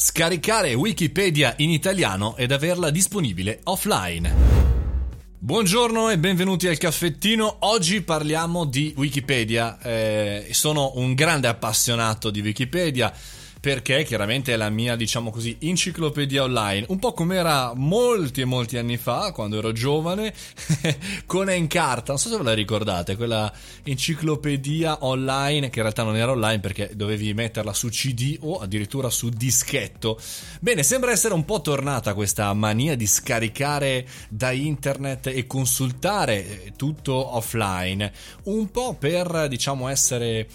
Scaricare Wikipedia in italiano ed averla disponibile offline. Buongiorno e benvenuti al caffettino. Oggi parliamo di Wikipedia. Sono un grande appassionato di Wikipedia perché chiaramente è la mia, diciamo così, enciclopedia online, un po' come era molti e molti anni fa, quando ero giovane, con Encarta. Non so se ve la ricordate, quella enciclopedia online, che in realtà non era online perché dovevi metterla su CD o addirittura su dischetto. Bene, sembra essere un po' tornata questa mania di scaricare da internet e consultare tutto offline, un po' per, diciamo, essere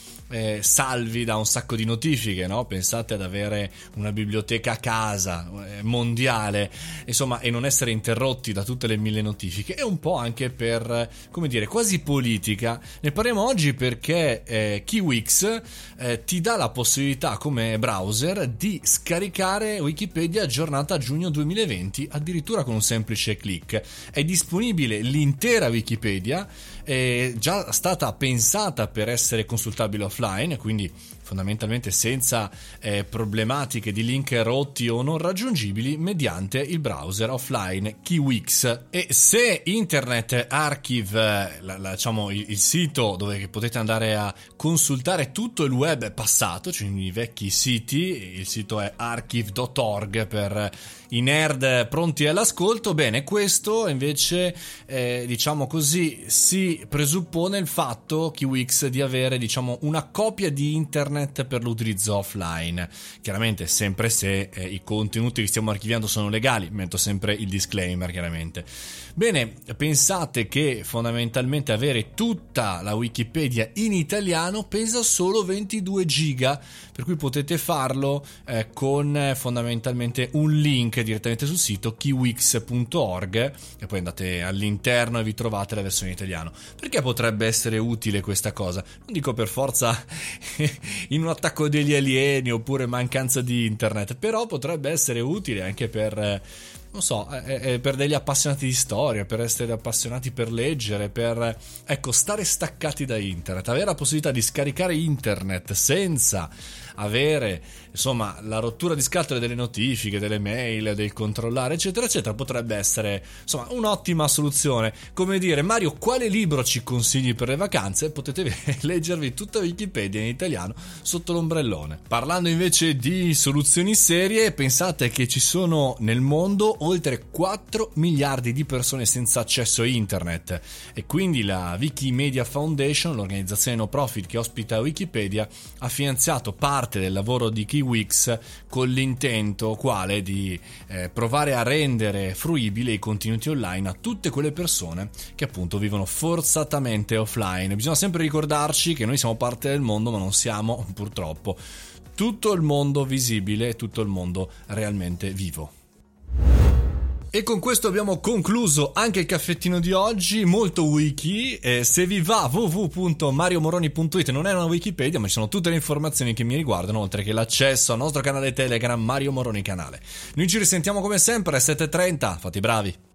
salvi da un sacco di notifiche, no? Pensate ad avere una biblioteca a casa mondiale, insomma, e non essere interrotti da tutte le mille notifiche, e un po' anche per, come dire, quasi politica. Ne parliamo oggi perché Kiwix ti dà la possibilità come browser di scaricare Wikipedia aggiornata a giugno 2020, addirittura con un semplice click. È disponibile l'intera Wikipedia, è già stata pensata per essere consultabile offline, quindi fondamentalmente senza problematiche di link rotti o non raggiungibili mediante il browser offline Kiwix. E se Internet Archive, diciamo il sito dove potete andare a consultare tutto il web passato, cioè i vecchi siti, il sito è archive.org per i nerd pronti all'ascolto, bene, questo invece diciamo così si presuppone il fatto, Kiwix, di avere, diciamo, una copia di internet per l'utilizzo offline, chiaramente sempre se i contenuti che stiamo archiviando sono legali. Metto sempre il disclaimer, chiaramente. Bene, pensate che fondamentalmente avere tutta la Wikipedia in italiano pesa solo 22 giga, per cui potete farlo con fondamentalmente un link direttamente sul sito kiwix.org, e poi andate all'interno e vi trovate la versione in italiano. Perché potrebbe essere utile questa cosa? Non dico per forza in un attacco degli alieni oppure mancanza di internet, però potrebbe essere utile anche per, non so, per degli appassionati di storia, per essere appassionati per leggere, per, ecco, stare staccati da internet, avere la possibilità di scaricare internet senza avere, insomma, la rottura di scatole delle notifiche, delle mail, del controllare, eccetera eccetera. Potrebbe essere, insomma, un'ottima soluzione. Come dire: Mario, quale libro ci consigli per le vacanze? Potete leggervi tutta Wikipedia in italiano sotto l'ombrellone. Parlando invece di soluzioni serie, pensate che ci sono nel mondo oltre 4 miliardi di persone senza accesso a internet, e quindi la Wikimedia Foundation, l'organizzazione no profit che ospita Wikipedia, ha finanziato parte del lavoro di Kiwix con l'intento quale di provare a rendere fruibile i contenuti online a tutte quelle persone che appunto vivono forzatamente offline. Bisogna sempre ricordarci che noi siamo parte del mondo, ma non siamo purtroppo tutto il mondo visibile, tutto il mondo realmente vivo. E con questo abbiamo concluso anche il caffettino di oggi, molto wiki. Se vi va, www.mariomoroni.it non è una Wikipedia, ma ci sono tutte le informazioni che mi riguardano, oltre che l'accesso al nostro canale Telegram Mario Moroni Canale. Noi ci risentiamo come sempre alle 7:30, fate i bravi.